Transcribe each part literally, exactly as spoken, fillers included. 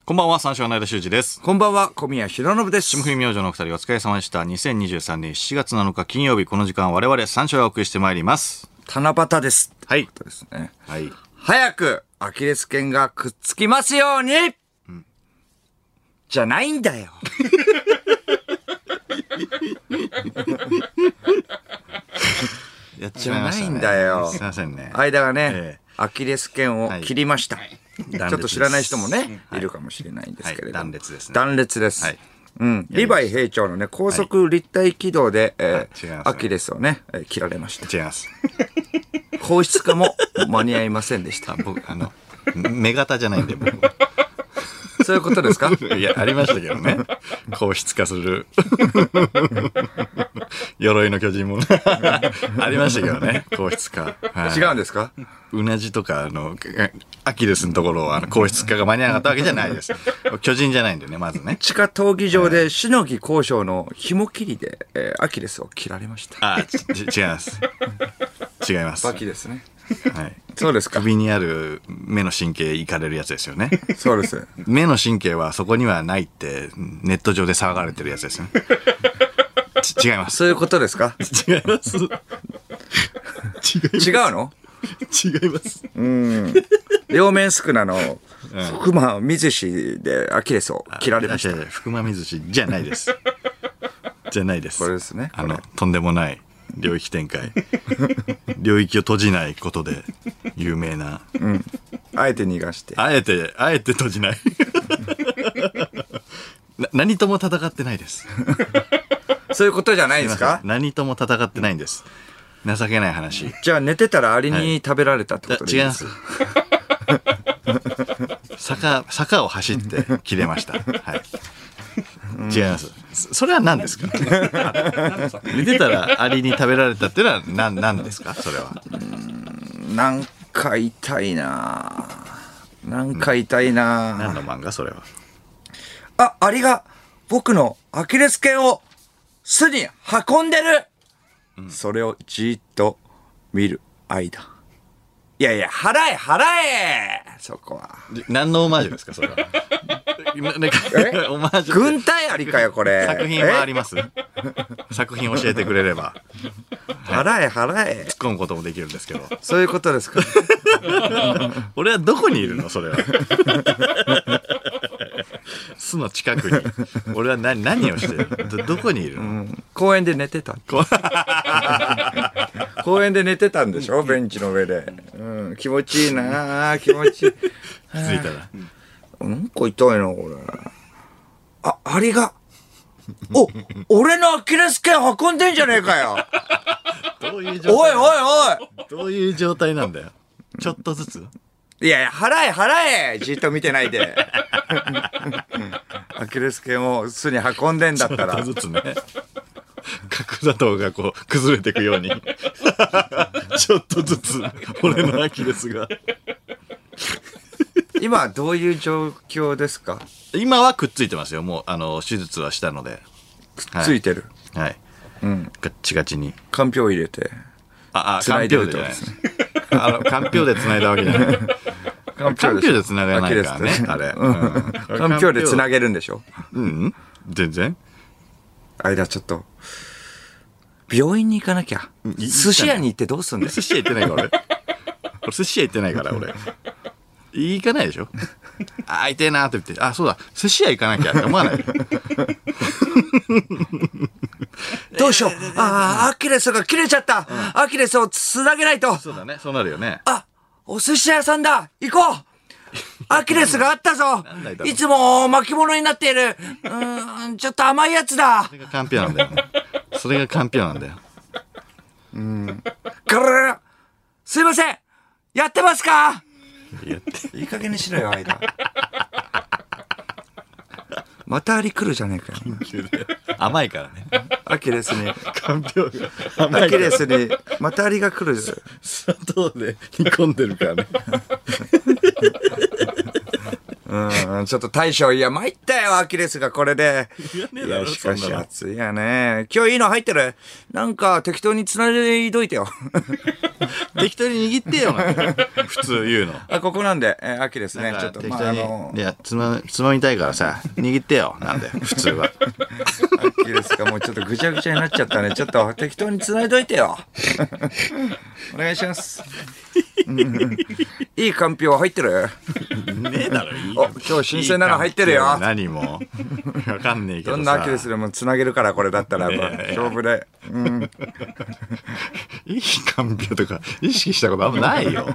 こんばんは、三四郎の間修二です。 こんばんは、小宮浩信です。 霜降り明星のお二人お疲れ様でした。にせんにじゅうさんねんしちがつなのか金曜日、この時間我々三四郎をお送りしてまいります。 七夕です。 はい。 とですね。 はい。 早くアキレス腱がくっつきますように、うん、じゃないんだよ。 やっちまいましたね。 じゃないんだよ。 すいませんね。 間がね、 えー、アキレス腱を切りました。はい、ちょっと知らない人もね、 はい、 いるかもしれないんですけれども、 はい、断裂ですね。 断裂です。はい、うん、リヴァイ兵長のね、高速立体軌道で、はい、えーね、アキレスをね、えー、切られました。 違います。 放出化も間に合いませんでした。 僕、あの、目型じゃないんで、僕。 そういうことですか？ いや、ありましたけどね。硬質化する。鎧の巨人もありましたけどね。硬質化。 はい、違うんですか？ うなじとか、あの、アキレスのところを、あの、硬質化が間に合わなかったわけじゃないです。巨人じゃないんでね、まずね。 地下闘技場で、しのぎ交渉の紐切りで、えー、アキレスを切られました。 あ、ち、違います。違います。 バキですね。 はい。 そうですか。 首にある目の神経いかれるやつですよね。 そうです。 目の神経はそこにはないってネット上で騒がれてるやつですよね。違います。 そういうことですか？ 違います。違います。 違うの？ 違います。 うん。両面宿儺の福間水氏でアキレスを切られました。 福間水氏じゃないです。じゃないです。 これですね。 あのとんでもない領域展開。領域を閉じないことで有名な。 うん。あえて逃がして。 あえてあえて閉じない。な何とも戦ってないです。 そういうことじゃないですか？ 何とも戦ってないんです。情けない話。 じゃあ寝てたらアリに食べられたってことでいいですか？ 違います。坂坂を走って切れました。はい。違います。それは何ですか？寝てたらアリに食べられたっていうのは何何ですか？それは。 なんか痛いな。なんか痛いな。 何の漫画それは。 あ、アリが僕のアキレス腱を巣に運んでる。うん、それをじーっと見る間。いやいや、払え払えそこは。 何のオマージュですかそれは。 えオマージュ軍隊ありかよこれ。 作品はあります？作品教えてくれれば。 払え払え。 突っ込むこともできるんですけど。 そういうことですか。 俺はどこにいるのそれは。巣の近くに。俺は何何をしてるの？ ど, どこにいるの、うん、 公園で寝てた。公園で寝てたんでしょベンチの上で。うん、気持ちいいな気持ちいい。 気づいたら。 なんか痛いなこれ。あ、アリが。お、俺のアキレス腱運んでんじゃねえかよ。 どういう状態？ おいおいおい。 どういう状態なんだよ。ちょっとずつ。 いやいや、払え払えじっと見てないで。アキレス腱を巣に運んでんだったら。 ちょっとずつね。角砂糖がこう崩れていくように。ちょっとずつ俺のアキレスが。 今はどういう状況ですか？ 今はくっついてますよ。もうあの手術はしたので。 くっついてる。 はい。はい、うん。ガッチガチに。 かんぴょう入れて。 あ、あ、かんぴょうでじゃない。あのかんぴょうで繋いだわけじゃない。かんぴょうで繋がないからね。あれ。 かんぴょうで繋げるんでしょ？ うん。全然。 間ちょっと病院に行かなきゃ。寿司屋に行ってどうすんだよ。 寿司屋行ってないから俺。俺寿司屋行ってないから俺。行かないでしょ。あ、痛いなーって言って、あ、そうだ、寿司屋行かなきゃって思わない。 どうしよう。ああ、アキレスが切れちゃった。アキレスをつなげないと。 そうだね、そうなるよね。 あ、お寿司屋さんだ。行こう。アキレスがあったぞ。いつも巻物になっている。うん、ちょっと甘いやつだ。 それがかんぴょうなんだよね。それがかんぴょうなんだよ。 うん。ガラララ。すいません。やってますか？ やっていい加減にしろよ間。またアリ来るじゃねえかよ。 甘いからね。 アキレスに。 かんぴょうが甘いから。 アキレスにまたアリが来る。 砂糖で煮込んでるからね。 うんうん、ちょっと大将、いや、参ったよ、アキレスがこれで。いや、しかしそんなの熱いやね。今日いいの入ってる？なんか適当に繋いどいてよ。 適当に握ってよなんて普通言うの。 あ、ここなんで、えー、アキレスね、 なんちょっと、まあ、 か適当に、 あのいやつまつまみたいからさ握ってよなんで普通は。 アキレスがもうちょっとぐちゃぐちゃになっちゃったね。ちょっと適当に繋いどいてよ。お願いします。いいかんぴょう入ってる？ ねえだろ。いいお、今日新鮮なの入ってるよ。 何もわかんねえけどさ。 どんなアキレスでもつなげるからこれだったら、まあ勝負で。うん。 いいかんぴょうとか意識したことあんまないよ。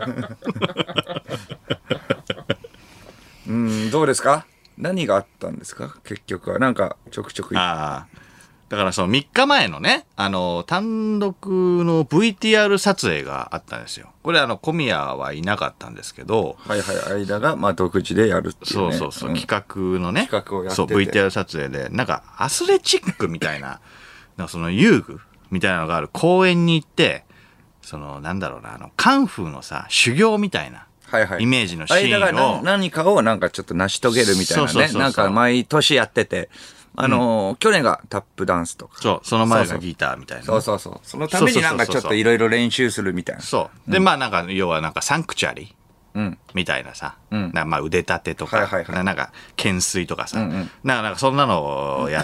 うん、どうですか？何があったんですか？結局はなんかちょくちょく。 ああ。だからそのみっかまえのね、あの、単独の ブイティーアール 撮影があったんですよ。これあの、小宮はいなかったんですけど、 はいはい、間が、まあ、独自でやるっていう、ね。 そうそうそう、 ん企画のね、 企画をやっててそう、ブイティーアール 撮影で、なんかアスレチックみたいな、なんかその遊具みたいなのがある公園に行って、その、なんだろうな、あの、カンフーのさ、修行みたいな。 はいはい、 イメージのシーンを。 間が何かをなんかちょっと成し遂げるみたいなね。 そうそうそうそうなんか毎年やってて。あのーうん、去年がタップダンスとか。 そう、その前がギターみたいな。 そうそうそう。そのためになんかちょっといろいろ練習するみたいな。 そう。で、うん、まあなんか、要はなんかサンクチュアリーみたいなさ、うん、なまあ腕立てとか、はいはいはい、なんか懸垂とかさ、うんうん、なんかなんかそんなのをやって、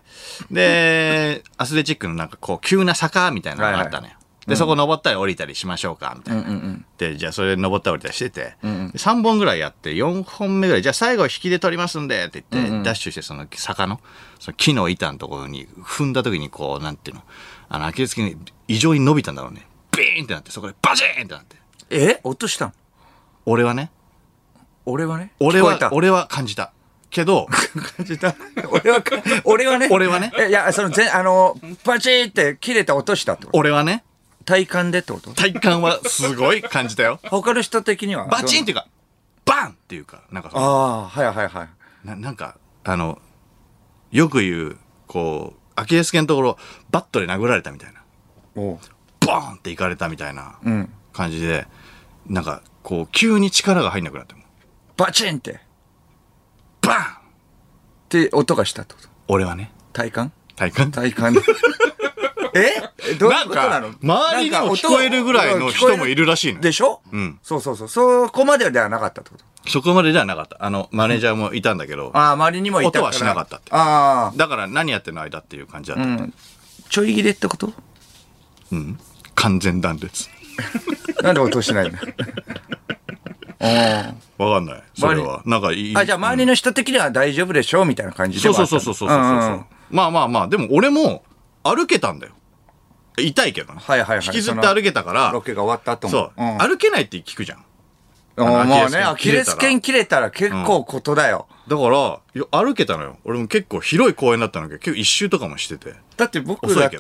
で、アスレチックのなんかこう急な坂みたいなのがあったのよ。はいはいで、そこ登ったり降りたりしましょうか、みたいな。うんうんうん、で、じゃあそれで登ったり降りたりしてて、うんうん、さんぼんぐらいやって、よんほんめぐらい、じゃあ最後引きで取りますんで、って言って、うんうん、ダッシュして、その坂の、その木の板のところに踏んだ時にこう、なんていうの、あの、アキレス腱に異常に伸びたんだろうね。ビーンってなって、そこでバチーンってなって。 え落としたの？ 俺はね。 俺はね俺は、俺は感じた。けど、 感じた。俺は、俺はね。 俺はね。 いや、その、ぜ、あの、バチーって切れて落としたってこと？ 俺はね。 体感でってこと？ 体感はすごい感じたよ。 他の人的にはバチンっていうか、バンっていうか、なんかその。 ああ、はいはいはい。 な、なんか、あの、よく言う、こう、アキレス腱のところ、バットで殴られたみたいな。おう。ボーンっていかれたみたいな感じで、うん、なんか、こう、急に力が入んなくなっても。 バチンって。 バンって音がしたってこと？ 俺はね。 体感？ 体感体感で。えどういうことなの？ 周りにも聞こえるぐらいの人もいるらしいの。 でしょ？うん。そうそうそう。そこまでではなかったってこと？ そこまでではなかった。あの、マネージャーもいたんだけど。うん、 ああ、周りにもいたから。 音はしなかったって。 ああ。 だから何やってんの間っていう感じだったって、うん。 ちょい切れってこと？ うん。完全断裂。 なんで音しないんだ？ ああ。わかんない。それは。なんかいい。 あ、じゃあ周りの人的には大丈夫でしょみたいな感じではあった。 そうそうそうそうそうそうそう。うん、まあまあまあ、でも俺も歩けたんだよ。痛いけどね。はいはいはい。引きずって歩けたから。 ロケが終わった後も。 そう。うん、歩けないって聞くじゃん。 あまあね、アキレス腱切れたら結構ことだよ。 うん、だから、歩けたのよ。俺も結構広い公園だったんだけど、結構一周とかもしてて。 だって僕だって、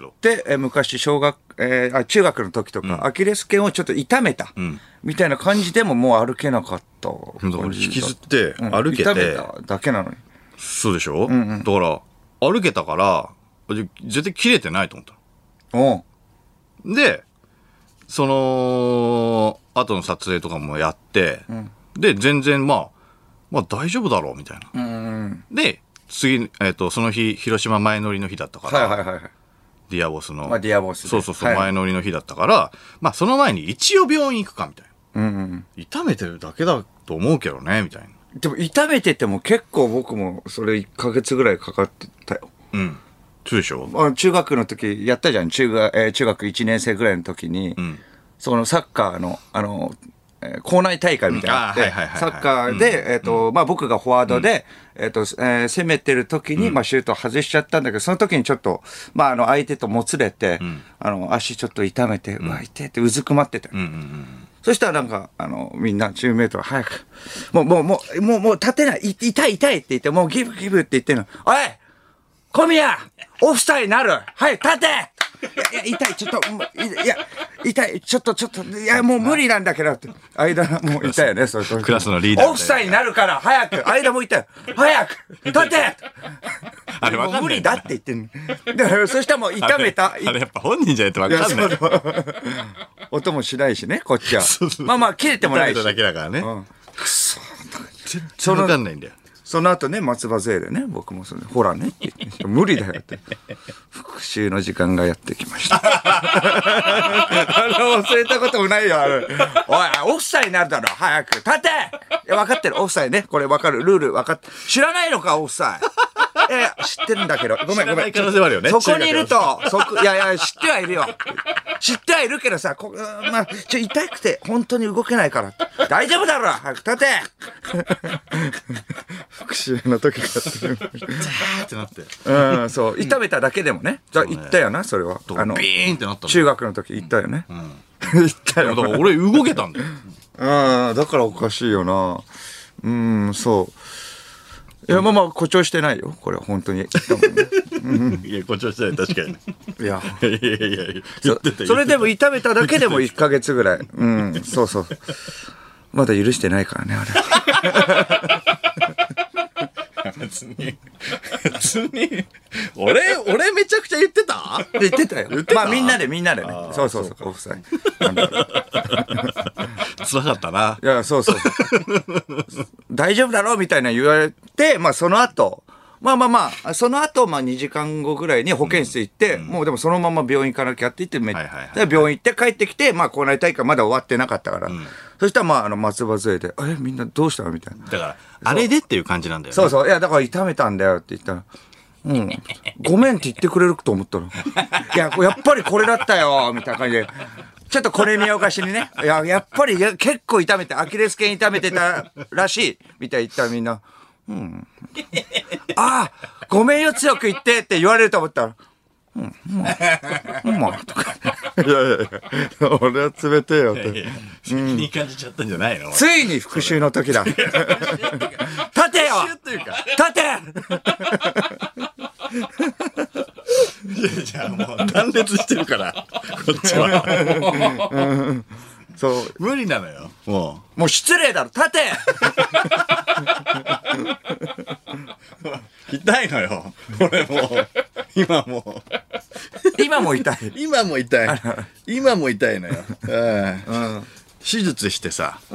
え昔小学、えー、あ中学の時とか、うん、アキレス腱をちょっと痛めた、うん、みたいな感じでももう歩けなかった。だから引きずって歩けて、うん、痛めただけなのに。 そうでしょ、うんうん、だから、歩けたから、絶対切れてないと思ったの。で、その、後の撮影とかもやって、うん、で、全然まあ、まあ大丈夫だろうみたいな。うんうん、で、次、えっ、ー、と、その日、広島前乗りの日だったから、はいはいはい、ディアボスの、 まあ、ディアボスそうそうそう、はい、前乗りの日だったから、まあその前に一応病院行くかみたいな。うんうん、痛めてるだけだと思うけどね、みたいな。 でも痛めてても結構僕もそれいっかげつぐらいかかってたよ。 うん。そうでしょ？ あ中学の時やったじゃん。中学、えー、中学いちねん生ぐらいの時に、うん、そのサッカーの、あの、えー、校内大会みたいなのがあって、サッカーで、うん、えっ、ー、と、うん、まあ僕がフォワードで、うん、えっ、ー、と、えー、攻めてる時に、うん、まあシュート外しちゃったんだけど、その時にちょっと、まああの相手ともつれて、うん、あの足ちょっと痛めて、うん、うわ、痛いってうずくまってた。うんうんうん、そしたらなんか、あの、みんな、チームメイトが早く、もう、もう、もう、もう、もう立てない、い痛い痛いって言って、もうギブギブって言ってんの。おい小宮オフサイドになるはい立ていや、痛い、ちょっと、いや、痛い、ちょっと、ちょっと、いや、もう無理なんだけどって。間もう痛いよね、それ。 クラスのリーダー。 オフサイドになるから、早く間も痛い。早く立てあれわかんない。 無理だって言ってんの。だから、そしたらもう痛めた。 あれ、あれやっぱ本人じゃないとわかんない。 音もしないしね、こっちは。まあまあ、切れてもないし。 痛めただけだからね。うん、 くそ。 全然わかんないんだよ。 その後ね、松葉勢でね、僕もそれ、ほらねって言って、無理だよって。復習の時間がやってきました。あの、忘れたこともないよ、あれ。おい、オフサイになるだろ、早く。立ていや、分かってる、オフサイね。これ分かる、ルール分かって、知らないのか、オフサイ。いやいや、知ってるんだけど、ごめんごめん。 可能性はあるよね。 そこにいると、そこ、いやいや、知ってはいるよ。知ってはいるけどさ、こまあ、ちょ、痛くて、本当に動けないから。大丈夫だろ早く立て復習の時がやってる。 ザーってなって。 うん、そう。痛めただけでもね。じゃ言ったよな、それは。 あの、ビーンってなった中学の時言ったよね。うん。言ったよ。 だから俺動けたんだよ。 うん、だからおかしいよな。うん、そう。いや、まあまあ、誇張してないよ。これは本当に。いや、誇張してない、確かに。 いや、 いやいやいや、言ってた。 それでも痛めただけでもいっかげつぐらい。うん、そうそう。まだ許してないからね、あれ。別に、別に、俺、俺めちゃくちゃ言ってた言ってたよ。 言ってたまあみんなでみんなでね。そうそうそう、オフサイド。 辛かったな。 いや、そうそう。大丈夫だろみたいな言われて、まあその後、まあまあまあ、その後、まあにじかんごぐらいに保健室行って、うん、もうでもそのまま病院行かなきゃって言って、めはいはいはいはい、で病院行って帰ってきて、まあ校内大会まだ終わってなかったから。うん、そしたらまああの松葉杖で、え、みんなどうしたのみたいな。 だから、あれでっていう感じなんだよね。 そうそう。いや、だから痛めたんだよって言ったら、うん。ごめんって言ってくれると思ったの。いや、やっぱりこれだったよみたいな感じで。ちょっとこれ見よがしにね。いや、やっぱりや結構痛めて、アキレス腱痛めてたらしい。みたいに言ったらみんな、うん。ああ、ごめんよ強く言ってって言われると思ったら、うん、まあ、まあ、とか。いやいやいや、俺は冷てえよって。いやいや責任感じちゃったんじゃないの、 ついに復讐の時だ。立てよ立ていや、じゃあもう断裂してるから、こっちは。 うん、そう。 無理なのよ、もう。もう失礼だろ、立て痛いのよ、俺もう。今もう。 今も痛い。 今も痛い。今も痛いのよ。うん。手術してさ、うん、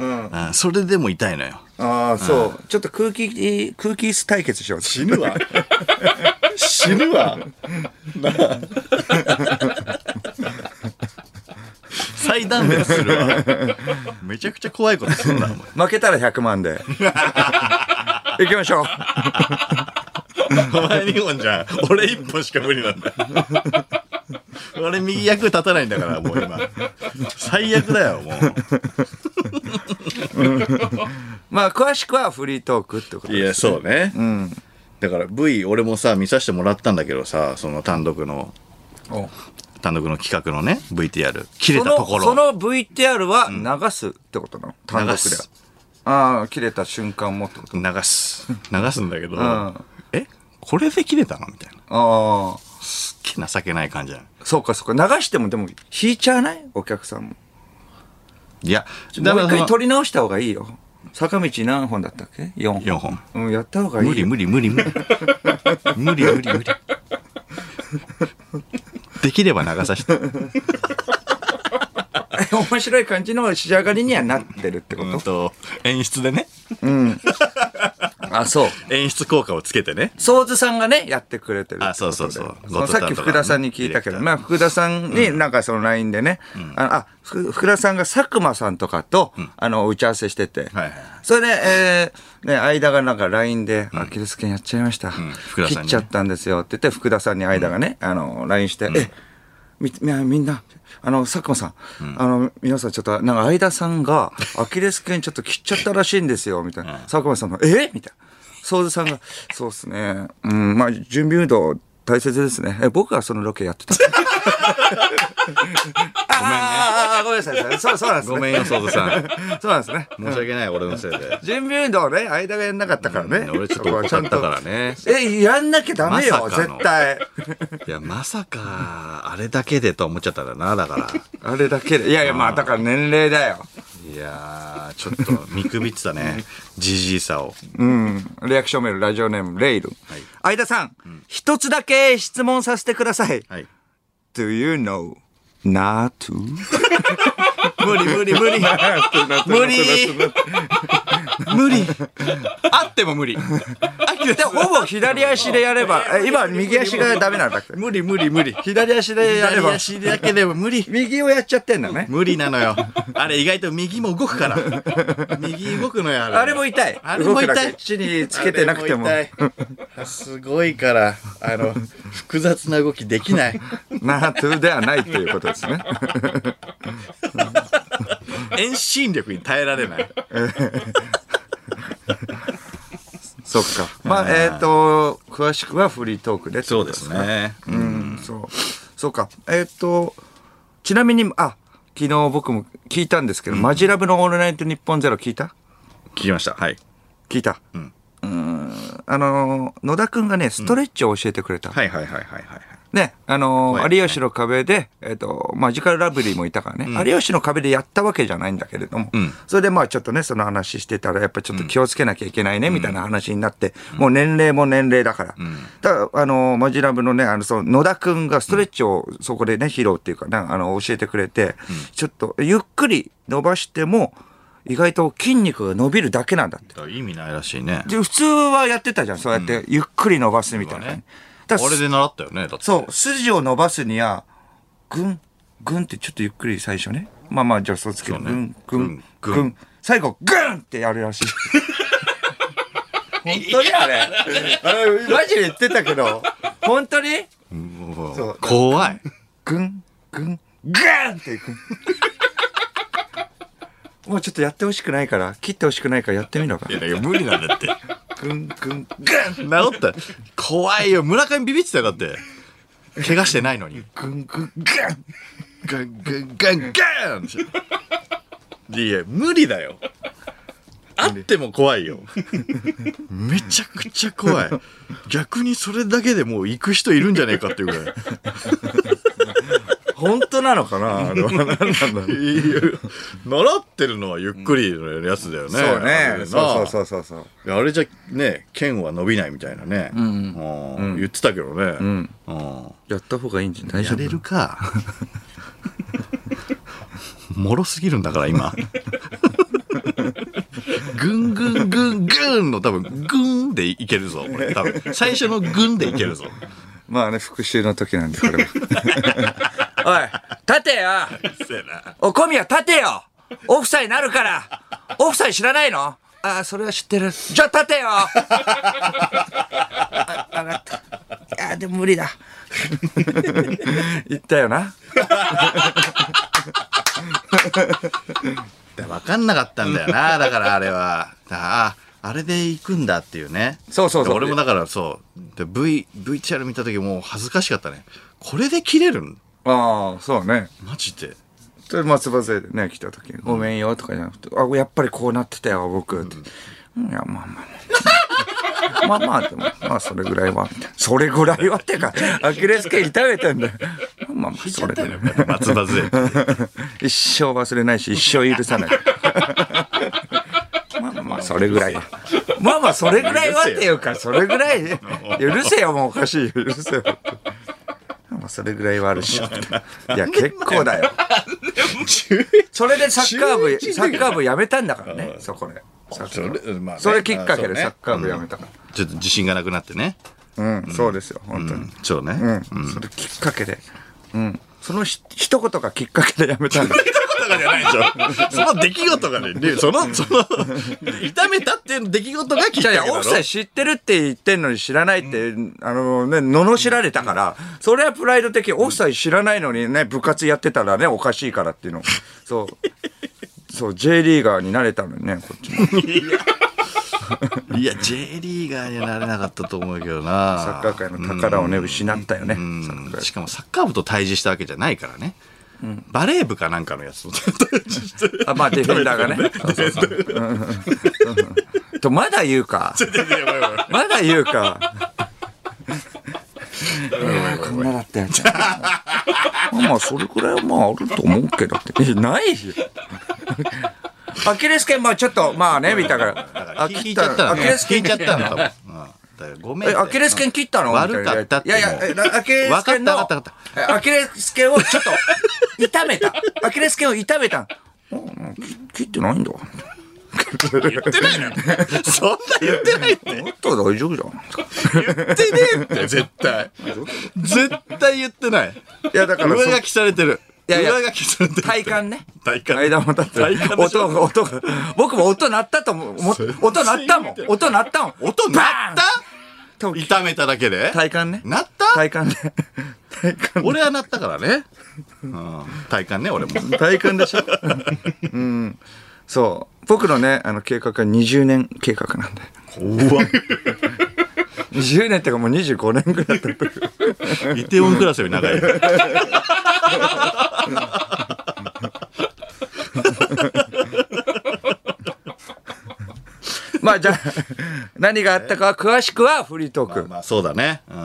それでも痛いのよ。 ああ、そう。ちょっと空気、空気椅子対決しよう。 死ぬわ。死ぬわ。再断裂するわ。めちゃくちゃ怖いことすんな、お前。負けたらひゃくまんで。行きましょう。 お前にほんじゃん。俺いっぽんしか無理なんだ。俺右役立たないんだから、もう今。最悪だよ、もう。 うん、まあ、詳しくはフリートークってことです、ね。 いや、そうね。うん。だから V、俺もさ、見させてもらったんだけどさ、その単独の、単独の企画のね、ブイティーアール。切れたところ。 その、その ブイティーアール は流すってことなの、うん、単独で。ああ、切れた瞬間もってこと流す。流すんだけど、うん、えこれで切れたのみたいな。 ああ。 すっげえ情けない感じじゃん。 そうかそうか。流してもでも引いちゃわないお客さんも。いや、もう一回撮り直した方がいいよ。坂道何本だったっけ ?よん 本。 よんほん。 うん、やった方がいい。 無理無理無理無理。無理無理無理。できれば流させて。 面白い感じの仕上がりにはなってるってこと、うんと演出でね。 うん。あ、そう。 演出効果をつけてね。 ソーズさんがね、やってくれてる。 あ、そうそうそう。 そのさっき福田さんに聞いたけど、まあ福田さんになんかその ライン でね、うん、あ, あ福田さんが佐久間さんとかと、うん、あの打ち合わせしてて、はいはい、それで、えー、ね、間がなんか ライン で、うん、アキレス腱やっちゃいました、うん、切っちゃったんですよって言って、福田さんに間がね、うん、あの ライン して、うん、えみ, みんなあの佐久間さん、うん、あの皆さんちょっとなんか相田さんがアキレス腱ちょっと切っちゃったらしいんですよみたいな、うん、佐久間さんがえみたいな、ソーズさんがそうですね、うん、まあ準備運動大切ですね。え僕はそのロケやってた。ああ、ごめんなさい。そう、そうなんですね。 ごめんよ、ソーズさん。 そうなんですね。 申し訳ない、俺のせいで。 準備運動ね、間がやんなかったからね。 うん、俺ちょっと怒ったからね。 え、やんなきゃダメよ、ま、絶対。 いや、まさか、あれだけでと思っちゃったんだな、だから。 あれだけで。いやいや、まあ、だから年齢だよ。 いやー、ちょっと見くびってたね。じじいさを。 うん。リアクションメール、ラジオネーム、レイル。はい、相田さん、うん、一つだけ質問させてください。はい、Do you know not to? 無理無理無理。無理。 無理。あっても無理。 でほぼ左足でやれば、え今右足がダメなんだっけ？ 無理無理無理。 左足でやれば。 左足だけでも無理。 右をやっちゃってんだね。 無理なのよ。あれ意外と右も動くから。右動くのよ、あれ。 あれも痛い。 あれも痛い。 口につけてなくても。 すごいから、あの、複雑な動きできない。 ナートゥではないということですね。 遠心力に耐えられない。 そっか。まあ、えっと、詳しくはフリートークで。 そうですね。 うん、そう。そうか。えっと、ちなみに、あ、昨日僕も聞いたんですけど、マジラブのオールナイトニッポンゼロ聞いた？ 聞きました。はい。 聞いた。 うん。 うん。あの、野田くんがね、ストレッチを教えてくれた。 はいはいはいはいはい。 ね、あのー、 はい有吉の壁で、えっと、マジカルラブリーもいたからね、うん、有吉の壁でやったわけじゃないんだけれども、うん、それでまあちょっとね、その話してたら、やっぱちょっと気をつけなきゃいけないね、みたいな話になって、うん、もう年齢も年齢だから。うん、だから、あのー、マジラブのね、あの、その野田くんがストレッチをそこでね、披露っていうかね、あの、教えてくれて、うん、ちょっと、ゆっくり伸ばしても、意外と筋肉が伸びるだけなんだって。 意味ないらしいね。 で、普通はやってたじゃん、そうやって、ゆっくり伸ばすみたいな。ねあれで習ったよね、だって。 そう、筋を伸ばすには、ぐん、ぐんってちょっとゆっくり最初ね。まあまあ、助走つける。ぐん、ぐん、ぐん。最後、ぐんってやるらしい。本当にあれあれ、マジで言ってたけど、本当にそう怖い。 ぐん、ぐん、ぐんっていく。もうちょっとやってほしくないから、切ってほしくないからやってみろか。 いや、だから無理なんだって。 ぐん、ぐん、 ぐん治った。怖いよ。村上ビビってたよ、だって。怪我してないのに。 ぐん、ぐん、ぐん。 ぐん、ぐん、ぐん、ぐん。いや、無理だよ。あっても怖いよ。めちゃくちゃ怖い。逆にそれだけでもう行く人いるんじゃねえかっていうぐらい。 本当なのかなあれは何なんだろう。 習ってるのはゆっくりのやつだよね。 そうね。そうそうそうそう。 あれじゃね、剣は伸びないみたいなね。言ってたけどね。 やった方がいいんじゃない？ やれるか。もろすぎるんだから今。ぐんぐんぐんぐんの多分ぐんでいけるぞ。これ多分最初のぐんでいけるぞ。 まあね、復習の時なんでこれも。おい、立てよ。お小宮立てよ。オフサイなるから。オフサイ知らないの？ああ、それは知ってる。じゃあ立てよ。あ、上がった。いやでも無理だ。言ったよな。 分かんなかったんだよな。だからあれは。ああれで行くんだっていうね。 そうそうそう。 俺もだからそうで V VTR 見た時もう恥ずかしかったね。これで切れるん？ ああ、そうね。 マジで。 で松葉勢でね来た時に、ごめんよとかじゃなくて、あ、やっぱりこうなってたよ僕って。うん、いやまあまあ。まあまあでもまあそれぐらいはそれぐらいはってかアキレス腱痛めてんだよ。まあまあそれで松葉勢。 一生忘れないし一生許さない。まあまあそれぐらいは。まあまあそれぐらいはっていうかそれぐらい許せよ。もうおかしい。許せよ。まあそれぐらいはあるし。いや結構だよ。それでサッカー部サッカー部やめたんだからね。そこで。それ、まあね、それきっかけでサッカー部やめたから、 うん、ちょっと自信がなくなってね。 うん、うん、そうですよ本当に、うん、 そうね、 うん、それきっかけで、うん、そのひ一言がきっかけでやめたんだ。 一言とかじゃないでしょ。その出来事がね、そのその痛めたっていう出来事がきっかけだろ。 いやオフサイ知ってるって言ってんのに知らないって、うん、あのね罵られたから、うん、それはプライド的。オフサイ知らないのにね部活やってたらねおかしいからっていうの。そうそう J リーガーになれたのにねこっちも。 いや J リーガーにはなれなかったと思うけどな。 サッカー界の宝をね失ったよね。 しかもサッカー部と対峙したわけじゃないからね。うん、バレー部かなんかのやつとあ、まあディフェンダーがね。そうそうそうとまだ言うか。まだ言うか。こんなだったやつ。まあそれくらいはまああると思うけどって。ないよ。アキレス腱まあちょっとまあね見たから。 聞いちゃったの。アキレス腱聞いちゃったの。ごめん。 アキレス腱切ったの？ 悪かったって。 いやいやアキレス腱のアキレス腱をちょっと痛めた。アキレス腱を痛めた。切ってないんだ。 言ってないのそんな言ってないって。 もっと大丈夫じゃん。 言ってねえって絶対。絶対言ってない。 いやだから上書きされてる。 いやいや上書きされてる。 体感ね。 体感。 間も立ってる。音が音が僕も音鳴ったと思う。音鳴ったもん。音鳴ったもん。 音鳴った炒めただけで体感ね。 鳴った体感ね。体感。 俺は鳴ったからね。うん、体感ね俺も。 体感でしょ。うん。そう。僕のねあの計画はにじゅうねん計画なんで。 怖っ。 にじゅうねんってかもうにじゅうごねんぐらいだった。 イテウォンクラスより長い。 まあじゃあ何があったかは詳しくはフリートーク。 まあ、まあそうだね。うん。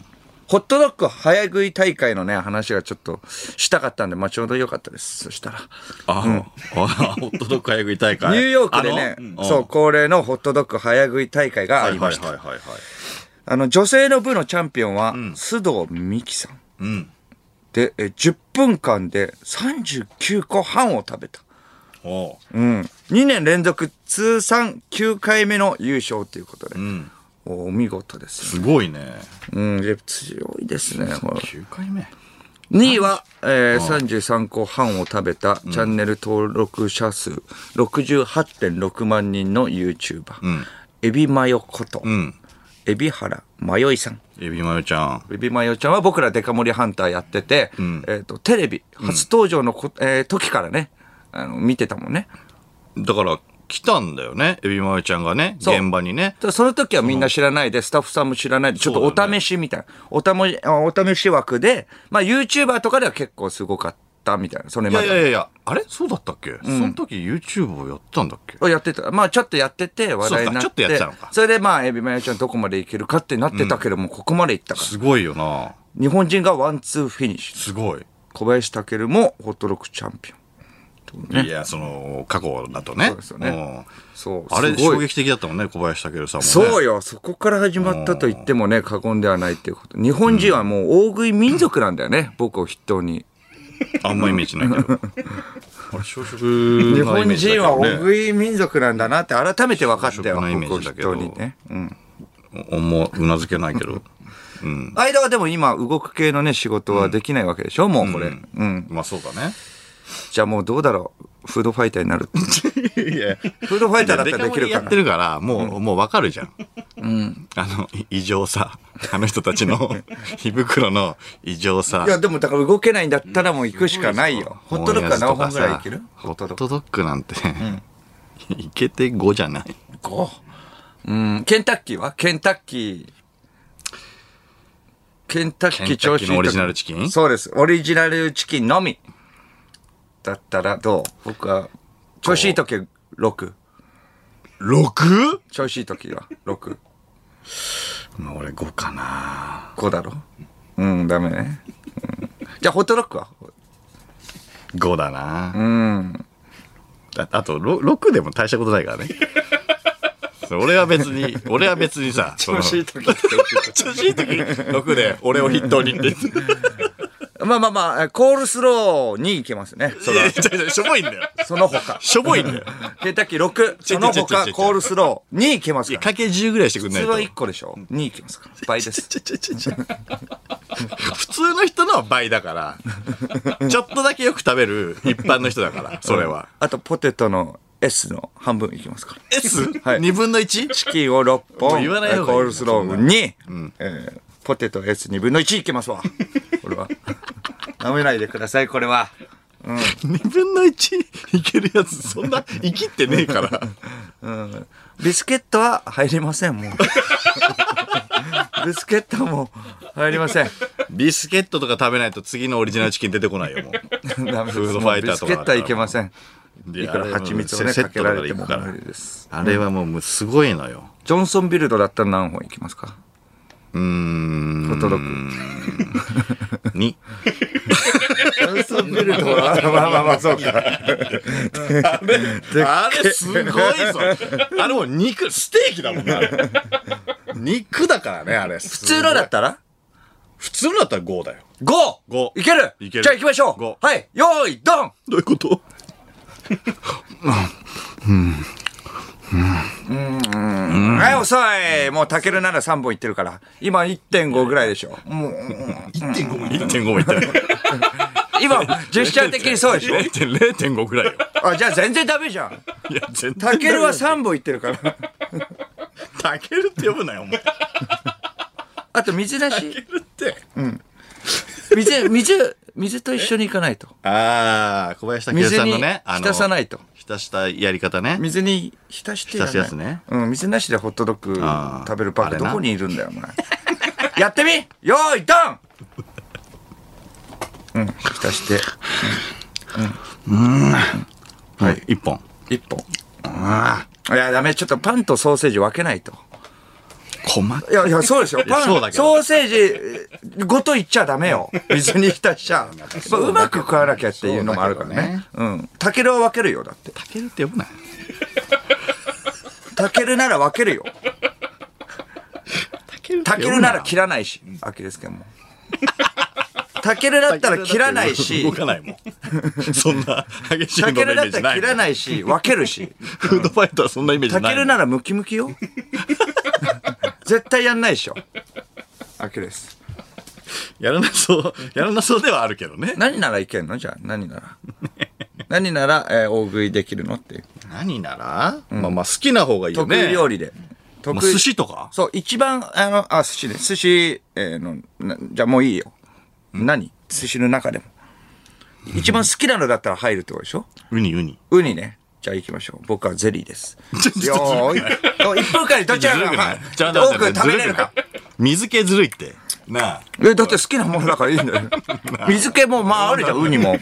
ホットドッグ早食い大会のね話がちょっとしたかったんで、まあちょうどよかったです。そしたらあ、うん、あホットドッグ早食い大会ニューヨークでね、うん、そう恒例のホットドッグ早食い大会がありました。 はいはいはいはい、はい、 あの女性の部のチャンピオンは、うん、須藤美希さん、うん、でえじゅっぷんかんでさんじゅうきゅうこはんを食べた。おう、うん、にねん連続通算きゅうかいめの優勝ということで、うん、お見事です、 ね、すごいね。 うん、強いですね。 きゅうかいめ。 にいは、えー、さんじゅうさんこはんを食べた、チャンネル登録者数 ろくじゅうはちてんろくまんにんの YouTuber、うん、エビマヨこと、うん、海老原まよいさん。 エビマヨちゃん。 エビマヨちゃんは僕らデカ盛りハンターやってて、うん、えーと、テレビ初登場のこ、うん、えー、時からね、あの見てたもんね。 だから来たんだよね、エビマヨちゃんがね、現場にね。 その時はみんな知らないで、スタッフさんも知らないで、ちょっとお試しみたいな、おたもお試し枠で、まあ YouTuber とかでは結構すごかったみたいな。それまで。 いやいやいや、あれそうだったっけ、うん、その時 YouTube をやってたんだっけ。 やってた。まあちょっとやってて話題になって、 ちょっとやってたのか。 それでまあエビマヨちゃんどこまでいけるかってなってたけども、うん、ここまでいったから。 すごいよな。 日本人がワンツーフィニッシュ。 すごい。 小林武もホットドッグチャンピオン。 ね、いやその過去だとね。そうですよね。 そうあれ衝撃的だったもんね、小林武さんもね。 そうよ、そこから始まったと言ってもね過言ではないっていうこと。日本人はもう大食い民族なんだよね、うん、僕を筆頭に。 あんまイメージないけど。あれ小食日本人は大食い民族なんだなって改めて分かったよ、僕を筆頭にね。うん。 思うなずけないけど。うん。 間はでも今動く系のね仕事はできないわけでしょ、うん、もうこれ。うん。 うん、まあそうだね。 じゃあもうどうだろう、フードファイターになるっていやフードファイターだったらできるかな。 やってるからもう、うん、もう分かるじゃん、うん、あの異常さ、あの人たちの胃袋の異常さ。 いやでもだから動けないんだったらもう行くしかないよ。ホットドッグは何本ぐらいいける。 ホットドッグなんて、うん、いけてごじゃない。 ご。うん。ケンタッキーはケンタッキーケンタッキー調子いい。 ケンタッキーのオリジナルチキン。 そうです、オリジナルチキンのみだったらどう。僕は調子いい時はろく。 ろく？ 調子いい時はろく。 まあ俺ごかな。 ごだろ。うんダメね、うん、じゃあホットドッグはごだな。 うん。 あ, あと 6, ろくでも大したことないからね。俺は別に俺は別にさ、 調子いい時調子いい時ろくで俺を筆頭にってまあまあまあコールスローに行けますね。 そのいやいやしょぼいんだよ。 その他しょぼいんだよ。 ケンタッキーろく、その他コールスローに行けますから。 かけじゅうぐらいしてくんないと。 普通はいっこでしょ。に行けますから倍です。 ちょちょちょちょ普通の人のは倍だからちょっとだけよく食べる一般の人だからそれは。 あとポテトのS の半分いきますから。 S？ はい、にぶんのいち？ チキンをろっぽん、 言わない方がいい。 コールスローに、うんえー、ポテト エスにぶんのいちいけますわ。これは舐めないでくださいこれは、 うん、にぶんのいちいけるやつそんな生きってねえから、 うん、ビスケットは入りませんもうビスケットも入りません。 ビスケットとか食べないと次のオリジナルチキン出てこないよもう。ダメです。フードファイターとかビスケットはいけません。いくら蜂蜜をねかけられても無理です。 あれはもうすごいのよ。 ジョンソンビルドだったら何本いきますか。 うーんホットドッグに。 ジョンソンビルドはまあまあまあそうか。あれあれすごいぞ。あれもう肉ステーキだもんな。肉だからねあれ。 普通のだったら普通のだったらごだよ。 ご！ ごいける。 いける。 じゃあ行きましょう。ごはい、よーいドン。 どういうこと？うん、 うんはい遅いもうタケルならさんぼんいってるから今 いってんご ぐらいでしょもういってんご もいってんごもいってない今ジェスチャー的にそうでしょれいてんご ぐらいよ。 あじゃあ全然ダメじゃんいや全然タケルはさんぼんいってるからタケルって呼ぶなよお前。 あと水出しタケルって水水水と一緒に行かないとああ小林武史さんのね水に浸さないと浸したやり方ね。 水に浸してやらない浸すやつねうん水なしでホットドッグあー食べるバカあれなどこにいるんだよお前やってみよーいドンうん浸してはい一本。 いっぽんあいやダメちょっとパンとソーセージ分けないとあ細かいやいやそうですよパンそうだけどソーセージごといっちゃダメよ水に浸しちゃやっぱうまく食わなきゃっていうのもあるからねうんタケルは分けるよだってタケルって呼ぶなよ。 タケルなら分けるよタケルってタケルなら切らないしアキレス腱もタケルだったら切らないし動かないもん。そんな激しいタケ運動のイメルだったら切らージないもん。 ないし分けるしフードファイトはそんなイメージないもん。 タケルならムキムキよ絶対やんないでしょアキレスやらなそうやらなそうではあるけどね。 何ならいけんのじゃあ何なら何なら、えー大食いできるのっていう何なら、まあまあ好きな方がいいよ得ね。 意料理で得意まあ寿司とか。 そう一番あのあ寿司ね寿司、えーのなじゃあもういいよ何寿司の中でも一番好きなのだったら入るってことでしょウニウニ。 ウニねじゃあ行きましょう僕はゼリーですよーいいっぷんかんにどちらがまあちょっと待って多く食べれるか水気ずるいって。なあ。 えだって好きなものだからいいんだよ水気もまああるじゃんウニも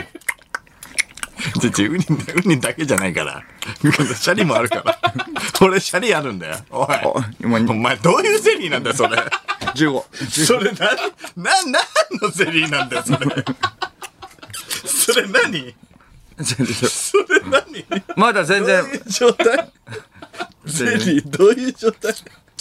ちょちょウニ、ウニだけじゃないから。シャリもあるから。俺シャリあるんだよ。おい。 今お前どういうゼリーなんだよ、それ。 じゅうごそれな、な、なんのゼリーなんだよ、それ。それ何それ何まだ全然どういう状態ゼリー、どういう状態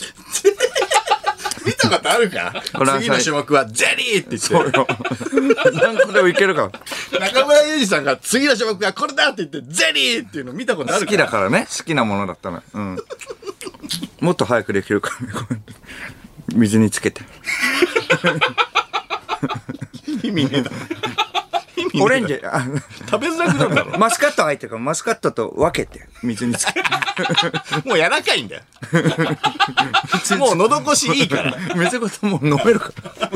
見たことあるかこれは次の種目はゼリーって言って。 そうよ何個でもいけるから中村祐二さんが次の種目はこれだって言ってゼリーっていうの見たことあるか好きだからね好きなものだったらうんもっと早くできるからねこれ水につけて意味ねえだろ。意味ねえだろオレンジあ食べづらくなるだろ。 マスカット入ってるからマスカットと分けて水につけてもう柔らかいんだよ。もう喉越しいいから。 水ごともう飲めるから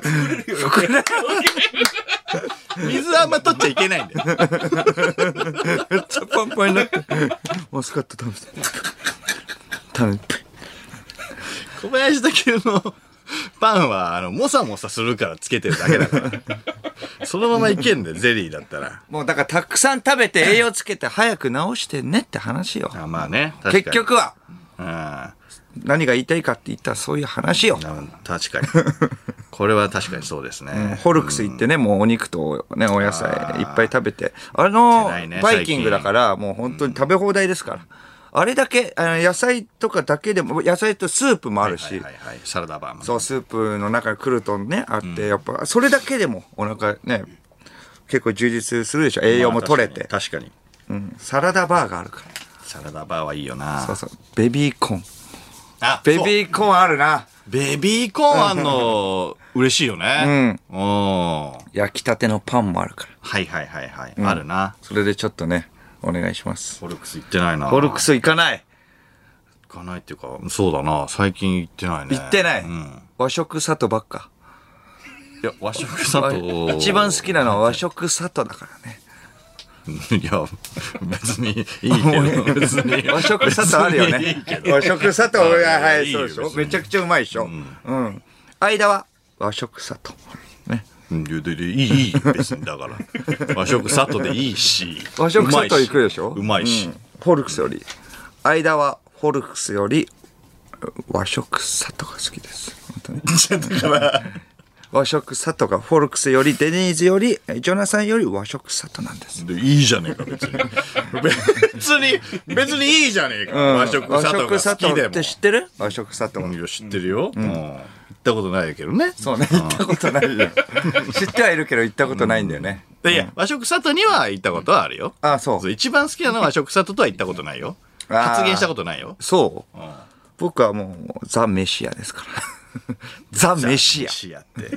水あんま取っちゃいけないんだよ。 めっちゃパンパンになってマスカット食べて食べて小林武史のパンはあのモサモサするからつけてるだけだからそのままいけんだよゼリーだったら。 もうだからたくさん食べて栄養つけて早く治してねって話よあまあね確かに結局はうん何が言いたいかって言ったらそういう話よな確かにこれは確かにそうですね。 ホルクス行ってね、もうお肉とね、お野菜いっぱい食べて。あの、 ないねバイキングだから、もう本当に食べ放題ですから。あれだけ、あの野菜とかだけでも、野菜とスープもあるし、 はいはいはい、サラダバーもそう、スープの中にクルトンね、あって、やっぱ、それだけでもお腹ね、結構充実するでしょ。栄養も取れて。 確かに確かにうん、サラダバーがあるから。 サラダバーはいいよな。 そうそう。ベビーコーン。 あベビーコーンあるな。 ベビーコーンあんの嬉しいよね。うん。おー焼きたてのパンもあるから。 はいはいはいはい。あるな。 それでちょっとね、お願いします。 フォルクス行ってないな。 フォルクス行かない。 行かないっていうか、そうだな。最近行ってないね。 行ってない。 うん。 和食里ばっか。 いや、和食里。 一番好きなのは和食里だからね。 いや、別にいいけど、別に。 和食里あるよ別にいいねけ。ど和食里は、はい、 いいよそうでしょ。 別にめちゃくちゃうまいでしょ。うん。間は和食里。ね。 うんでででいい、いい、別に。だから。和食里でいいし。 和食里行くでしょ。 うまいし。 うんフォルクスより。間はフォルクスより和食里が好きです。本当に。 だから、 和食里がフォルクスよりデニーズよりジョナサンより和食里なんです。 でいいじゃねえか、別に。別に、別にいいじゃねえか。和食里が好きでも。 って知ってる？和食里。 いや、知ってるよ。うん。行ったことないけどね。 そうね、行ったことないよ。知ってはいるけど行ったことないんだよね。 でいや、和食里には行ったことはあるよ。 あ、そう。 一番好きなのは和食里とは行ったことないよ。 発言したことないよ。 そう、 うん、 僕はもうザ・メシアですからザ・メシア。 メシアって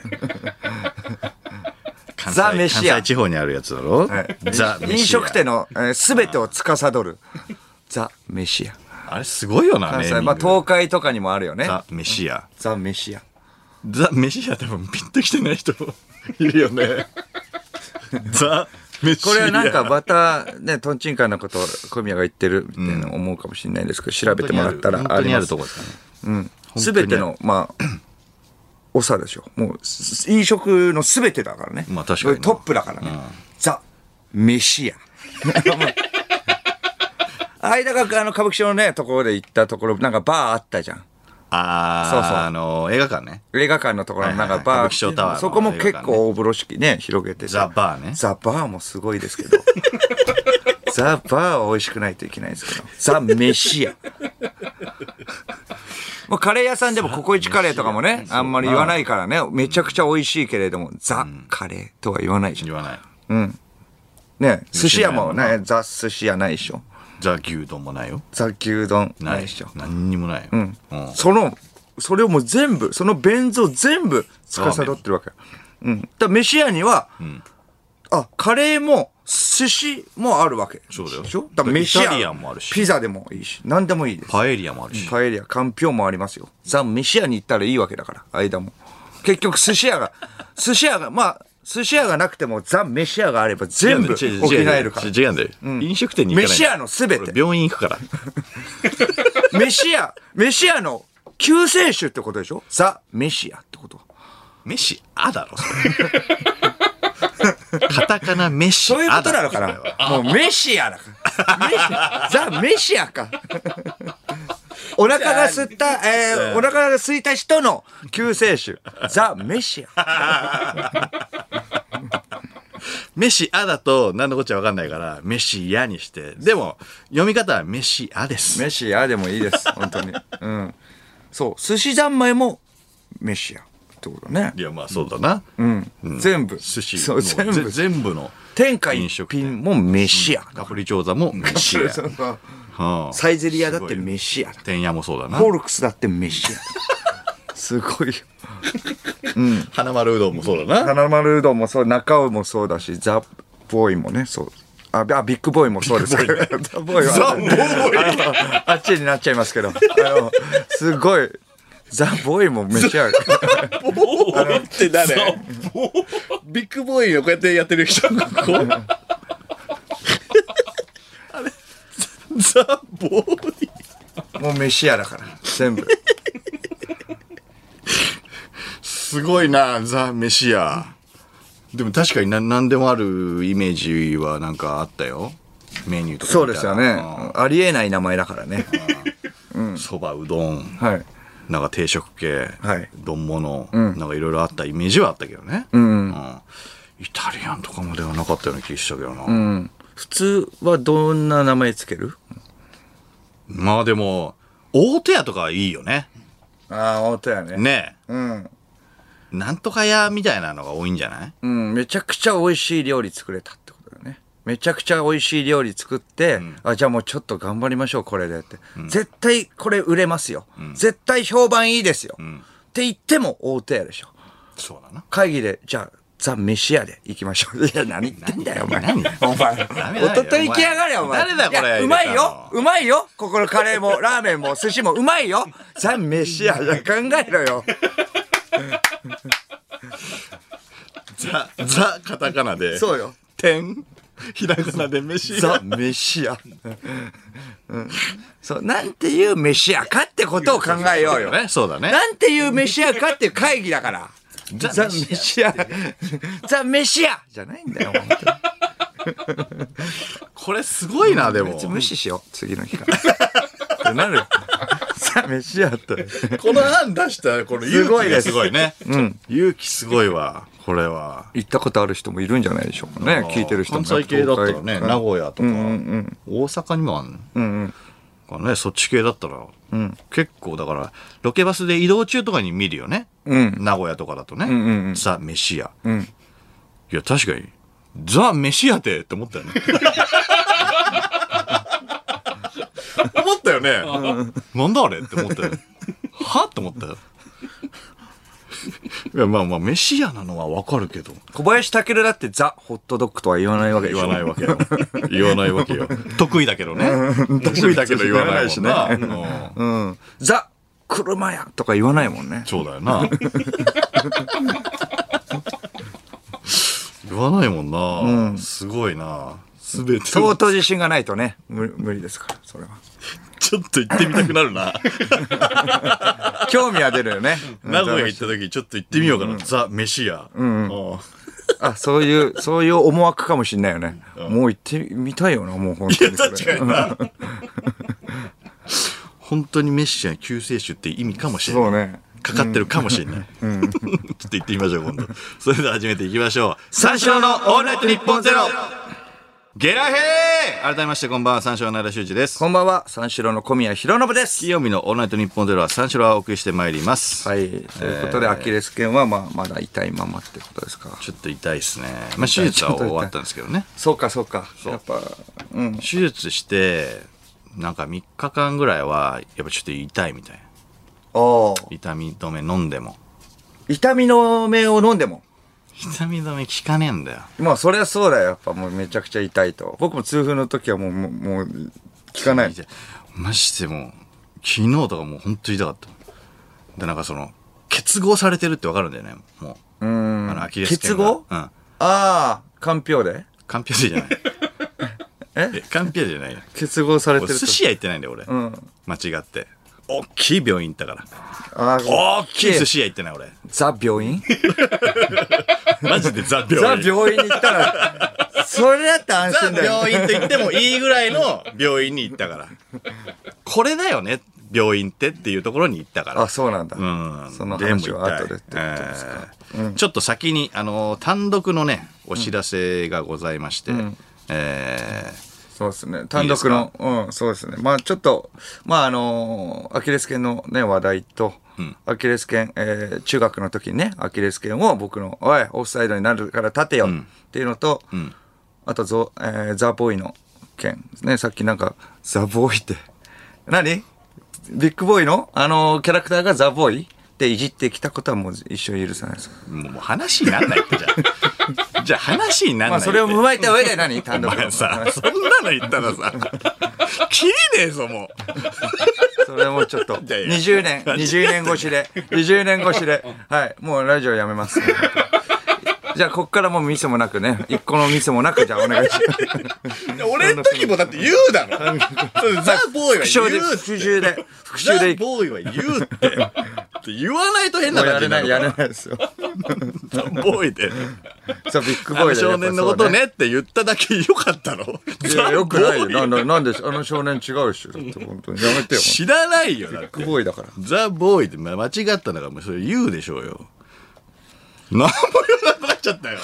関西ザ・メシア関西地方にあるやつだろ、 はい、 ザ・メシア。 飲食店の、えー、全てを司るザ・メシア。 あれすごいよな、 関西、 ネーミング。 まあ東海とかにもあるよね。 ザ・メシア。 ザ・メシア。 ザ・メシア多分ピンときてない人いるよねザ・メシア。 これはなんかまたね、トンチンカンなことを小宮が言ってるみたいな思うかもしれないですけど、調べてもらったら本当にああります。 るとこですかね。 うん。すべての、まあ、長でしょ。もう、飲食のすべてだからね。 まあ確かにトップだからね。うん、ザ・メシア。間があの歌舞伎町のね、ところで行ったところ、なんかバーあったじゃん。 ああ、 そうそう。 あの、映画館ね。 映画館のところのなんかバー、 はいはいはい、歌舞伎町タワーの、ね、 そこも結構大風呂敷ね、広げてザ・バーね。 ザ・バーもすごいですけど。ザ・バーは美味しくないといけないですけど。ザ・メシア。もうカレー屋さんでもココイチカレーとかもね、あんまり言わないからね、めちゃくちゃ美味しいけれども、ザ・カレーとは言わないじゃん。 言わない。 うん。ね、寿司屋もね、ザ・寿司屋ないでしょ。 ザ牛丼もないよ。 ザ牛丼ないでしょ。 何にもないよ。 うん。うん、その、それをもう全部、その弁蔵全部司ってるわけ。うん。だから飯屋には、うん、あ、カレーも寿司もあるわけ。 そうだよ。 でしょ？だから飯屋、 イタリアンもあるし。 ピザでもいいし、何でもいいです。 パエリアもあるし。 パエリア、かんぴょうもありますよ。ザ・飯屋に行ったらいいわけだから、間も。結局寿司屋が、寿司屋が、まあ、寿司屋がなくてもザ・飯屋があれば全部補えるから。 違うんだよ。飲食店に行かない。 飯屋のすべて。 病院行くから。 飯屋、飯屋の救世主ってことでしょ？ザ・飯屋ってこと。 飯あだろ、それ。カタカナ飯そういうことなのかな。もう飯屋だから。ザ・飯屋か。お腹が空いた、えー、お腹が空いた人の救世主。ザ・飯屋。 メシアだと何のこっちゃ分かんないからメシアにして、でも読み方はメシアです。 メシアでもいいです本当に。うん。そう、寿司三昧もメシアってことね。 いやまあそうだな。 うん。うん、全部寿司、 そう全部全部の天下一品もメシア。 カプリチョーザもメシア。 はあ、サイゼリヤだってメシア。 天屋もそうだな。 フォルクスだってメシア。すごいよ。 うん、花丸うどんもそうだな。 花丸うどんもそう、中尾もそうだし、ザ・ボーイもね、そう。あ、ビッグボーイもそうですけど。ザ・ボーイは。ザ・ボーイ あ, あっちになっちゃいますけど。あの、すごい。ザ・ボーイもめっちゃある。 ボーイって誰？ビッグボーイをこうやってやってる人。ここあれザ・ボーイ。 もう飯屋だから、全部。 すごいな、ザ・メシア。でも確かに何でもあるイメージはなんかあったよ。メニューとか。 そうですよね。ありえない名前だからね。 そば、うどん、 はい、 なんか定食系、 はい、 丼物、 うん、 なんかいろいろあったイメージはあったけどね。 うんうん、 イタリアンとかまではなかったような気がしたけどな。 うん、普通はどんな名前つける？ まあでも、大戸屋とかはいいよね。 ああ、大戸屋ね。 ねえ。うん。 なんとか屋みたいなのが多いんじゃない？ うん、めちゃくちゃ美味しい料理作れたってことだよね。めちゃくちゃ美味しい料理作って、うん、あ、じゃあもうちょっと頑張りましょう、これでって。うん、絶対これ売れますよ。うん、絶対評判いいですよ。うん、って言っても大手屋でしょ。 そうだな。 会議で、じゃあ、ザ・飯屋で行きましょう。いや、何言ってんだよ、お前。 何お前。おととい行きやがれよ、お前。 誰だ、これ。 うまいよ。うまいよ。ここのカレーも、ラーメンも、寿司もうまいよ。ザ・飯屋。じゃ考えろよ。 ザ、ザ、カタカナで。 そうよ。 天、ひらがなで飯屋。 ザ・飯屋。うん、そう、なんていう飯屋かってことを考えようよ。 そうだね。 なんていう飯屋かっていう会議だから。ザ・飯屋。ザ・飯屋じゃないんだよ、本当に。 これすごいな、でも。 別に無視しよう、次の日から。なる。ザ・飯屋って。 この案出したこの勇気がすごいね。うん。勇気すごいわ、これは。 行ったことある人もいるんじゃないでしょうかね、聞いてる人も。 関西系だったらね、名古屋とか、大阪にもあるの。うんうん。ね、そっち系だったら、うん、結構だからロケバスで移動中とかに見るよね、うん、名古屋とかだとね、うんうんうん、ザ・メシア、うん、いや確かにザ・メシアってって思ったよね。 思ったよね。なんだあれって思ったよ。はって思ったよ。いやまあまあ飯屋なのはわかるけど、 小林武だってザ・ホットドッグとは言わないわけでしょ。 言わないわけよ。言わないわけよ。得意だけどね。得意だけど言わないしね。 うん。ザ・車屋とか言わないもんね。 そうだよな。言わないもんな。うん、すごいな。すべて。 相当自信がないとね、無無理ですから、それは。 ちょっと行ってみたくなるな。 興味は出るよね。 名古屋行った時ちょっと行ってみようかな。うん、ザ・飯屋。うんうん、 あ、そういう、そういう思惑かもしれないよね。うん、もう行ってみたいよな、もう本当に。 いや、確かにな。本当に飯屋救世主って意味かもしれない。そうね。かかってるかもしれない。うん、ちょっと行ってみましょう、今度。それでは始めていきましょう。三四郎のオールナイトニッポンゼロ。ゲラヘー。改めましてこんばんは、三四郎の間修二です。 こんばんは、三四郎の小宮浩信です。 金曜日のオールナイトニッポンゼロは三四郎はお送りしてまいります。 はい、ということで、えー、アキレス腱はまあまだ痛いままってことですか。 ちょっと痛いですね。まあ手術は終わったんですけどね。 そうかそうか。そうやっぱ、 うん、手術してなんかみっかかんぐらいはやっぱちょっと痛いみたいな。お痛み止め飲んでも。 痛み止めを飲んでも。 痛み止め効かねえんだよ。 まあそりゃそうだよ。やっぱもうめちゃくちゃ痛いと。僕も痛風の時はもうもうもう効かない。 マジでもう昨日とかもう本当に痛かった。でなんかその結合されてるってわかるんだよね。もう。うん。あのアキレス腱が。結合？うん。ああ、かんぴょうで？ かんぴょうでじゃない。え？かんぴょうじゃないよ。 結合されてると。 寿司屋行ってないんだよ俺。うん。間違って。大きい病院行ったから。あ大きい寿司屋行ってない俺。 ザ病院マジでザ病院。 ザ病院に行ったら、それだって安心だよ。 ザ病院と言ってもいいぐらいの病院に行ったから。これだよね、病院ってっていうところに行ったから。 あ、そうなんだ。うん。その話は後でってことですか。 えーうん、ちょっと先に、あのー、単独のね、お知らせがございまして、うん、えーそうですね。単独の、いいうん、そうですね。まあちょっと、まああのー、アキレス腱のね、話題と、うん、アキレス腱、えー、中学の時にね、アキレス腱を僕の、おい、オフサイドになるから立てよっていうのと、うん、あとゾ、えー、ザ・ボーイの件ですね。さっきなんか、ザ・ボーイって、何ビッグボーイのあのー、キャラクターがザ・ボーイっていじってきたことはもう一生許さないです。 もう話になんないってじゃん。じゃあ話になんない。まあそれを踏まえた上で何単独のさ、そんなの言ったらさ、切りねえぞもう。 それもちょっとにじゅうねん、にじゅうねん越しで、にじゅうねん越しで、はい、もうラジオやめます。じゃあこっからもうミスもなくね、一個のミスもなくじゃあお願いします。 俺の時もだって言うだろ。ザ・ボーイは言うって。 復習で、復習で。 ザ・ボーイは言うって。言わないと変な感じになる。 やれない、やれないですよ。 ザ・ボーイで。 そう、ビッグボーイで。 少年のことねって言っただけよかったの？ いや、よくないよ。なんだ、なんで、あの少年違うし。だって本当に。やめてよ。 知らないよ。 ビッグボーイだから。 ザ・ボーイって間違ったんだから、もうそれ言うでしょうよ。何も言わなくなっちゃったよ。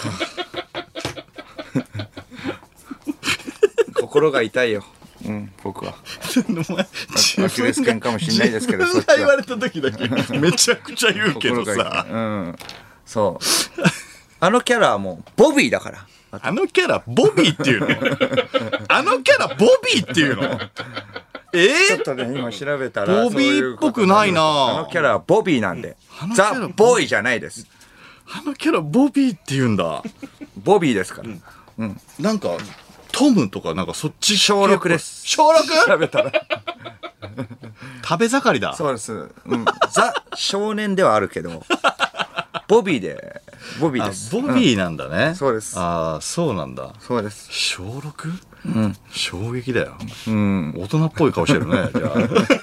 心が痛いよ。うん、僕は。アキレス腱かもしれないですけど、 そっちは。言われた時だけめちゃくちゃ言うけどさ。 うん、そう。あのキャラはもうボビーだから。 あのキャラボビーっていうの？あのキャラボビーっていうの？えー、 ちょっとね今調べたらボビーっぽくないな。 あのキャラはボビーなんで。ザ・ボーイじゃないです。 あのキャラボビーって言うんだ。 ボビーですから。 うん。なんかトムとかなんかそっち小ろくです。 小 ろく？ 調べたら食べ盛りだ。 そうです。うん。ザ少年ではあるけど、ボビーでボビーです。 ボビーなんだね。 うん、そうです。 ああそうなんだ。 そうです。 小 ろく？ うん。衝撃だよ。 うん。 大人っぽい顔してるね。じゃ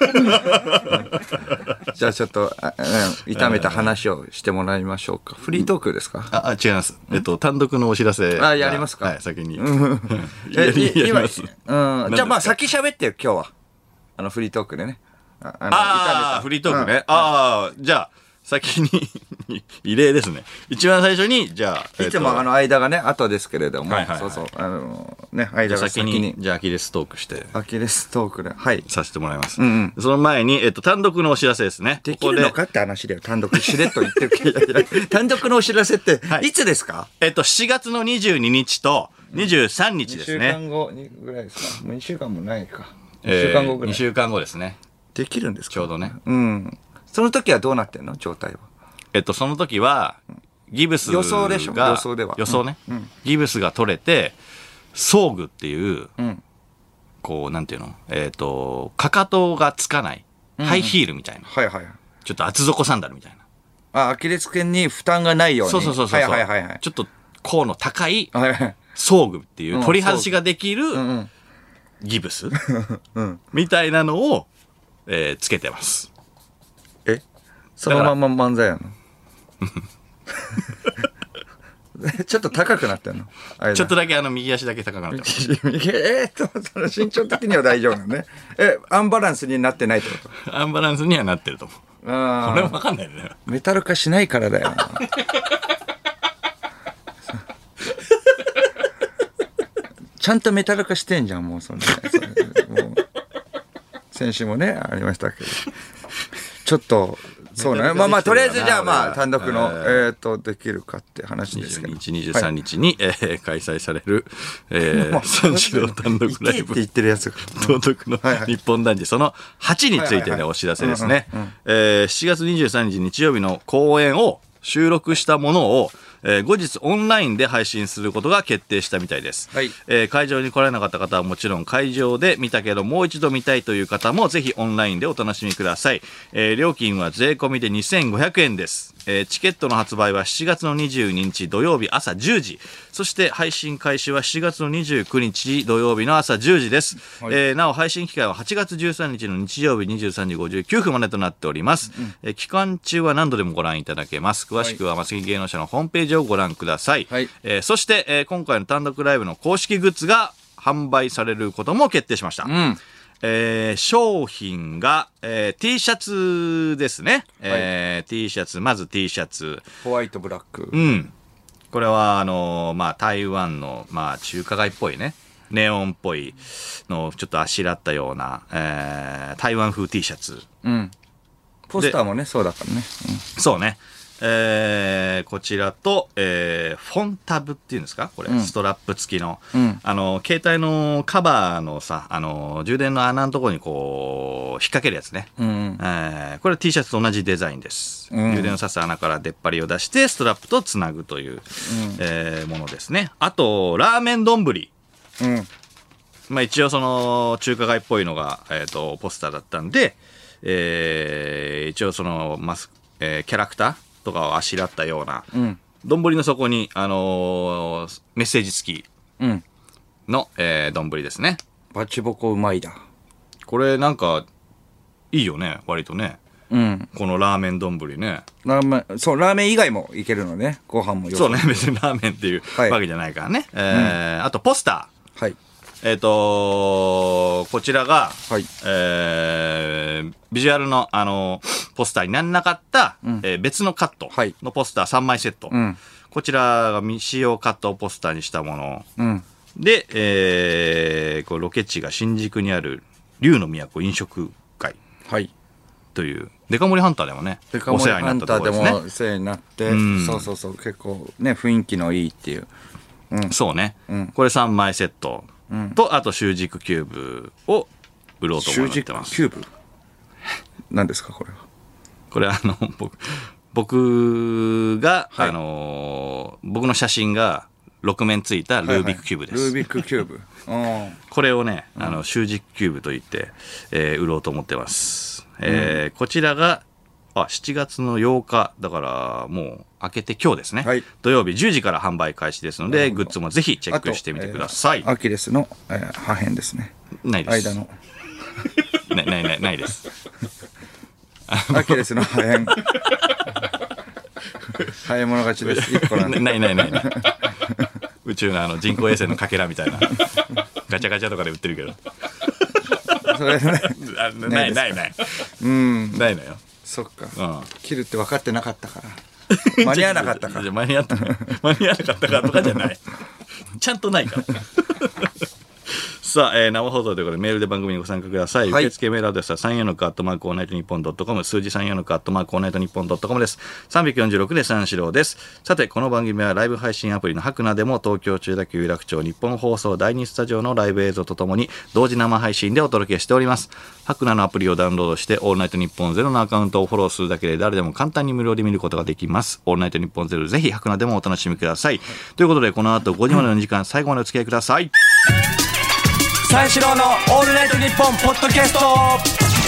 あ。じゃあちょっとあ、うん、痛めた話をしてもらいましょうか。フリートークですか？ あ、あ違います。えっと単独のお知らせ。 あ、やりますか。 はい、先に。 やります。うん。じゃあまあ先喋ってよ今日は。あのフリートークでね。 ああ、フリートークね。うん、ああ、じゃあ先に異例ですね。一番最初にじゃあいつもあの間がね後ですけれども、そうそうあのね間が先にじゃあアキレストークしてアキレストークではいさせてもらいます。うんうん、その前にえっと単独のお知らせですね。 できるのかって話だよ。単独しれっと言ってるけど単独のお知らせっていつですか？はい、 えっとしちがつのにじゅうににちとにじゅうさんにちですね。 にしゅうかんごぐらいですか？もうにしゅうかんもないか。 にしゅうかんごぐらい。 にしゅうかんごですね。 できるんですか？ ちょうどね。 うん。その時はどうなってんの状態は。 えっと、その時は、ギブスが、 予想でしょ予想では予想ね、 うんうん。 ギブスが取れて、装具っていう、 うん。 こう、なんていうのえっと、かかとがつかない、 うんハイヒールみたいな。 はいはい。 ちょっと厚底サンダルみたいな。 あ、アキレス腱に負担がないように。 そうそうそうそう。 はいはいはいはい。 ちょっと、甲の高いはいはい。 装具っていう、 うん取り外しができるうんうん。 ギブス、 うん。 みたいなのを、えーつけてます。 えそのまんま漫才やのちょっと高くなってんのちょっとだけあの右足だけ高くなってます。 えーっと、その身長的には大丈夫なのね。え、アンバランスになってないってこアンバランスにはなってると思う。 とあこれもわかんないね。 メタル化しないからだよ。ちゃんとメタル化してんじゃん、もうそれ。それもう先週もね、ありましたけど。ちょっと、そうね。まあまあ、とりあえずじゃあまあ、単独の、えっと、できるかって話ですけど。 にじゅうににち、にじゅうさんにちに、えー開催される、えー、三四郎単独ライブ。 って言ってるやつが。 道徳のはいはい日本男児、そのはちについてね、 はいはいはいお知らせですね。えーしちがつにじゅうさんにち日曜日の公演を収録したものを、えー後日オンラインで配信することが決定したみたいです、 はいえー会場に来られなかった方はもちろん会場で見たけどもう一度見たいという方もぜひオンラインでお楽しみください、えー料金は税込みでにせんごひゃくえんです、えーチケットの発売はしちがつのにじゅうににち土曜日朝じゅうじ、そして配信開始はしちがつのにじゅうくにち土曜日の朝じゅうじです、 はいえーなお配信期間ははちがつじゅうさんにちの日曜日にじゅうさんじごじゅうきゅうふんまでとなっております、えー期間中は何度でもご覧いただけます。詳しくはマセキ芸能者のホームページをご覧ください、 はいえーそして、えー今回の単独ライブの公式グッズが販売されることも決定しました、 うん。 えー商品が、えー T シャツですね、えー T シャツ、まず T シャツ、 ホワイトブラック。 うん。これは、あのーまあ、台湾の、まあ、中華街っぽいね、ネオンっぽいの、ちょっとあしらったような、えー台湾風 T シャツ。 うん。ポスターもね、そうだからね。 そうね。えーこちらと、えーフォンタブっていうんですかこれ、 うんストラップ付きの、 うんあの、携帯のカバーのさ、あの、充電の穴のところにこう、引っ掛けるやつね。 うん。うん。 えーこれ T シャツと同じデザインです、 うん充電をさす穴から出っ張りを出してストラップとつなぐという、えーものですね。あとラーメン丼、 うん。 まあ、一応その中華街っぽいのが、えー、とポスターだったんで、えー一応そのマス、えーキャラクターとかをあしらったようなうん。 丼の底に、あのーメッセージ付きうん。 の、えー、丼ですね。 バチボコうまいだ。 これなんかいいよね割とね、 うん。 このラーメン丼ね。 ラーメン、そう、ラーメン以外もいけるのね。ご飯もよくそうね、別にラーメンっていうはいわけじゃないからね。えーあと、ポスタはい。 ー。えっ、とこちらが、 はい。 えービジュアルの、あのポスターにならなかった、えー別のカットはいのポスターさんまいセット。 うん。 こちらが未使用カットをポスターにしたもの。 うん。 で、えーこうロケ地が新宿にある龍の都飲食街はい。 という、デカ盛りハンターでもね、 デカ盛りハンターでお世話になったところですね。 も世話になって、 うんそうそうそう、結構ね、雰囲気のいいっていう。 そうね、 うんこれさんまいセットうんと、あと習熟キューブを売ろうと思習熟ってます。 キューブ何ですか、これは。 これあの、僕、僕が、 はいあのー僕の写真がろくめんついたルービックキューブです。 ルービックキューブ。うん。 これをね、あの、習熟キューブと言って、えー売ろうと思ってます。えーこちらが、あ、しちがつのようか、だからもう明けて今日ですね。 はい土曜日じゅうじから販売開始ですので、グッズもぜひチェックしてみてください。 あとえーアキレスの、えー破片ですね。 ないです。 間の。 ないないないないです。 アキレスの破片。早い者勝ちです。一個なんで。 ないないないない。宇宙のあの人工衛星のかけらみたいな。ガチャガチャとかで売ってるけど。 それね。 あないないない。 うん。 ないのよ。 そっか。 うん。 切るって分かってなかったから。間に合わなかったかじゃ間に合った間に合わなかったかとかじゃない。ちゃんとないから。 さあ、えー、生放送ということでメールで番組にご参加ください。はい、受付メールアドレスはさんよんろくアットマークオールナイトニッポンドットコム、数字さんよんろくアットマークオールナイトニッポンドットコムです。さんびゃくよんじゅうろくで三四郎です。さて、この番組はライブ配信アプリのハクナでも東京千代田区有楽町日本放送だいにスタジオのライブ映像とともに同時生配信でお届けしております。ハクナのアプリをダウンロードしてオールナイトニッポンゼロのアカウントをフォローするだけで誰でも簡単に無料で見ることができます。オールナイトニッポンゼロ、ぜひハクナでもお楽しみください。はい、ということで、この後ごじまでの時間、最後までお付き合いください。 三四郎のオールナイトニッポンポッドキャスト。